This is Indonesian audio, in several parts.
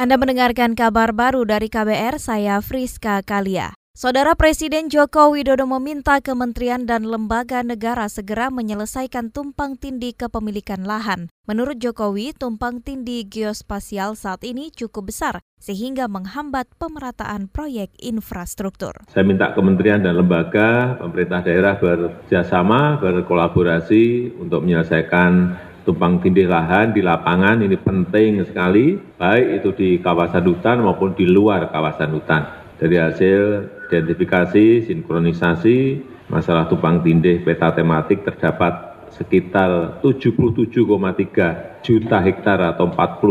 Anda mendengarkan kabar baru dari KBR, saya Friska Kalia. Saudara Presiden Joko Widodo meminta kementerian dan lembaga negara segera menyelesaikan tumpang tindih kepemilikan lahan. Menurut Jokowi, tumpang tindih geospasial saat ini cukup besar sehingga menghambat pemerataan proyek infrastruktur. Saya minta kementerian dan lembaga, pemerintah daerah bekerjasama, berkolaborasi untuk menyelesaikan tumpang tindih lahan di lapangan. Ini penting sekali, baik itu di kawasan hutan maupun di luar kawasan hutan. Dari hasil identifikasi, sinkronisasi, masalah tumpang tindih peta tematik terdapat sekitar 77,3 juta hektar atau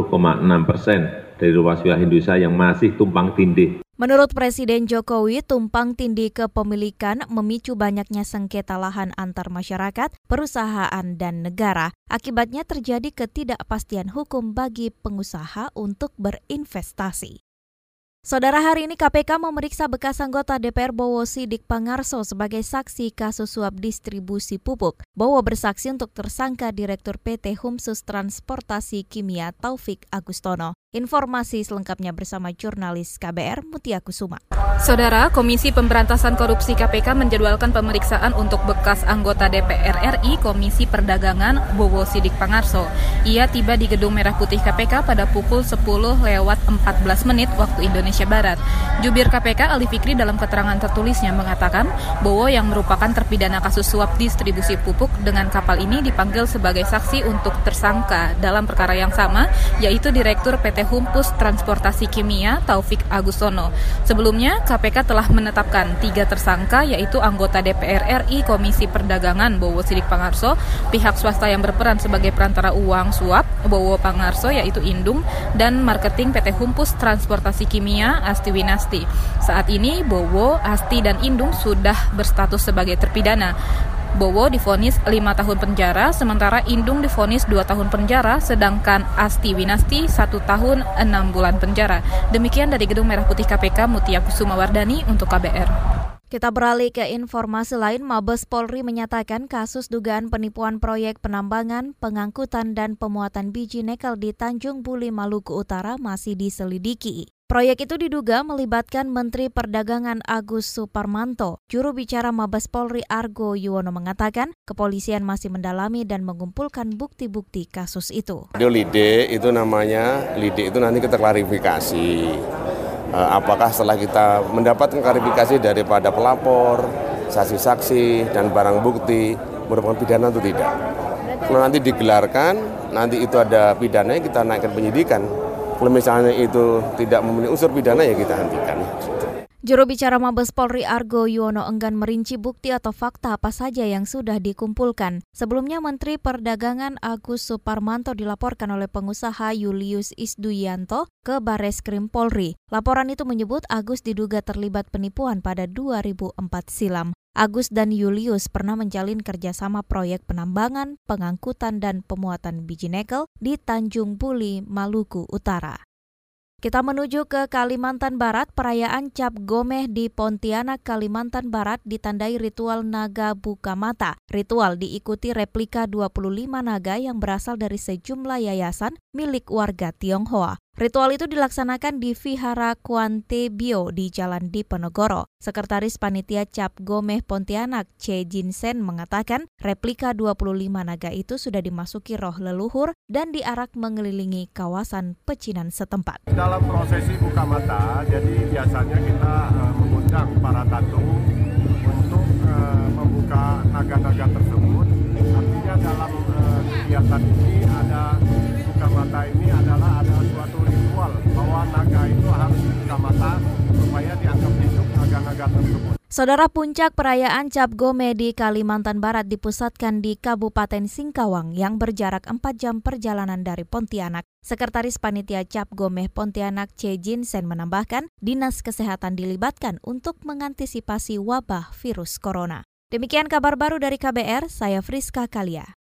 40,6% dari luas wilayah Indonesia yang masih tumpang tindih. Menurut Presiden Jokowi, tumpang tindih kepemilikan memicu banyaknya sengketa lahan antar masyarakat, perusahaan, dan negara. Akibatnya terjadi ketidakpastian hukum bagi pengusaha untuk berinvestasi. Saudara, hari ini KPK memeriksa bekas anggota DPR Bowo Sidik Pangarso sebagai saksi kasus suap distribusi pupuk. Bowo bersaksi untuk tersangka Direktur PT Humsus Transportasi Kimia Taufik Agustono. Informasi selengkapnya bersama jurnalis KBR Mutia Kusuma. Saudara, Komisi Pemberantasan Korupsi KPK menjadwalkan pemeriksaan untuk bekas anggota DPR RI Komisi Perdagangan Bowo Sidik Pangarso. Ia tiba di Gedung Merah Putih KPK pada pukul 10:14 waktu Indonesia Barat. Jubir KPK Ali Fikri dalam keterangan tertulisnya mengatakan Bowo yang merupakan terpidana kasus suap distribusi pupuk dengan kapal ini dipanggil sebagai saksi untuk tersangka dalam perkara yang sama, yaitu Direktur PT Humsus Transportasi Kimia Taufik Agustono. Sebelumnya, KPK telah menetapkan 3 tersangka, yaitu anggota DPR RI Komisi Perdagangan Bowo Sidik Pangarso, pihak swasta yang berperan sebagai perantara uang suap Bowo Pangarso yaitu Indung, dan marketing PT Humsus Transportasi Kimia Asti Winasti. Saat ini Bowo, Asti, dan Indung sudah berstatus sebagai terpidana. Bowo divonis 5 tahun penjara, sementara Indung divonis 2 tahun penjara, sedangkan Asti Winasti 1 tahun 6 bulan penjara. Demikian dari Gedung Merah Putih KPK, Mutia Kusuma Wardani untuk KBR. Kita beralih ke informasi lain. Mabes Polri menyatakan kasus dugaan penipuan proyek penambangan, pengangkutan, dan pemuatan biji nikel di Tanjung Buli, Maluku Utara masih diselidiki. Proyek itu diduga melibatkan Menteri Perdagangan Agus Suparmanto. Juru bicara Mabes Polri Argo Yuwono mengatakan kepolisian masih mendalami dan mengumpulkan bukti-bukti kasus itu. Lidik itu namanya, lidik itu nanti kita klarifikasi. Apakah setelah kita mendapatkan klarifikasi daripada pelapor, saksi-saksi, dan barang bukti merupakan pidana atau tidak. Kalau nanti digelarkan, nanti itu ada pidananya, kita naikkan penyidikan. Kalau misalnya itu tidak memenuhi unsur pidana, ya kita hentikan. Juru bicara Mabes Polri Argo Yuwono enggan merinci bukti atau fakta apa saja yang sudah dikumpulkan. Sebelumnya Menteri Perdagangan Agus Suparmanto dilaporkan oleh pengusaha Julius Isduyanto ke Barreskrim Polri. Laporan itu menyebut Agus diduga terlibat penipuan pada 2004 silam. Agus dan Julius pernah menjalin kerjasama proyek penambangan, pengangkutan, dan pemuatan biji nikel di Tanjung Buli, Maluku Utara. Kita menuju ke Kalimantan Barat. Perayaan Cap Gomeh di Pontianak, Kalimantan Barat ditandai ritual naga buka mata. Ritual diikuti replika 25 naga yang berasal dari sejumlah yayasan milik warga Tionghoa. Ritual itu dilaksanakan di Vihara Kuante Bio di Jalan Diponegoro. Sekretaris Panitia Cap Gomeh Pontianak, C. Jinsen, mengatakan replika 25 naga itu sudah dimasuki roh leluhur dan diarak mengelilingi kawasan pecinan setempat. Dalam prosesi buka mata, jadi biasanya kita mengundang para tatung untuk membuka naga-naga tersebut. Artinya dalam kegiatan ini ada buka mata ini adalah ada suatu ritual bahwa naga itu harus buka mata supaya dianggap hidup naga-naga tersebut. Saudara, puncak perayaan Cap Gomeh di Kalimantan Barat dipusatkan di Kabupaten Singkawang yang berjarak 4 jam perjalanan dari Pontianak. Sekretaris Panitia Cap Gomeh Pontianak, C. Jinsen, menambahkan Dinas Kesehatan dilibatkan untuk mengantisipasi wabah virus corona. Demikian kabar baru dari KBR, saya Friska Kalia.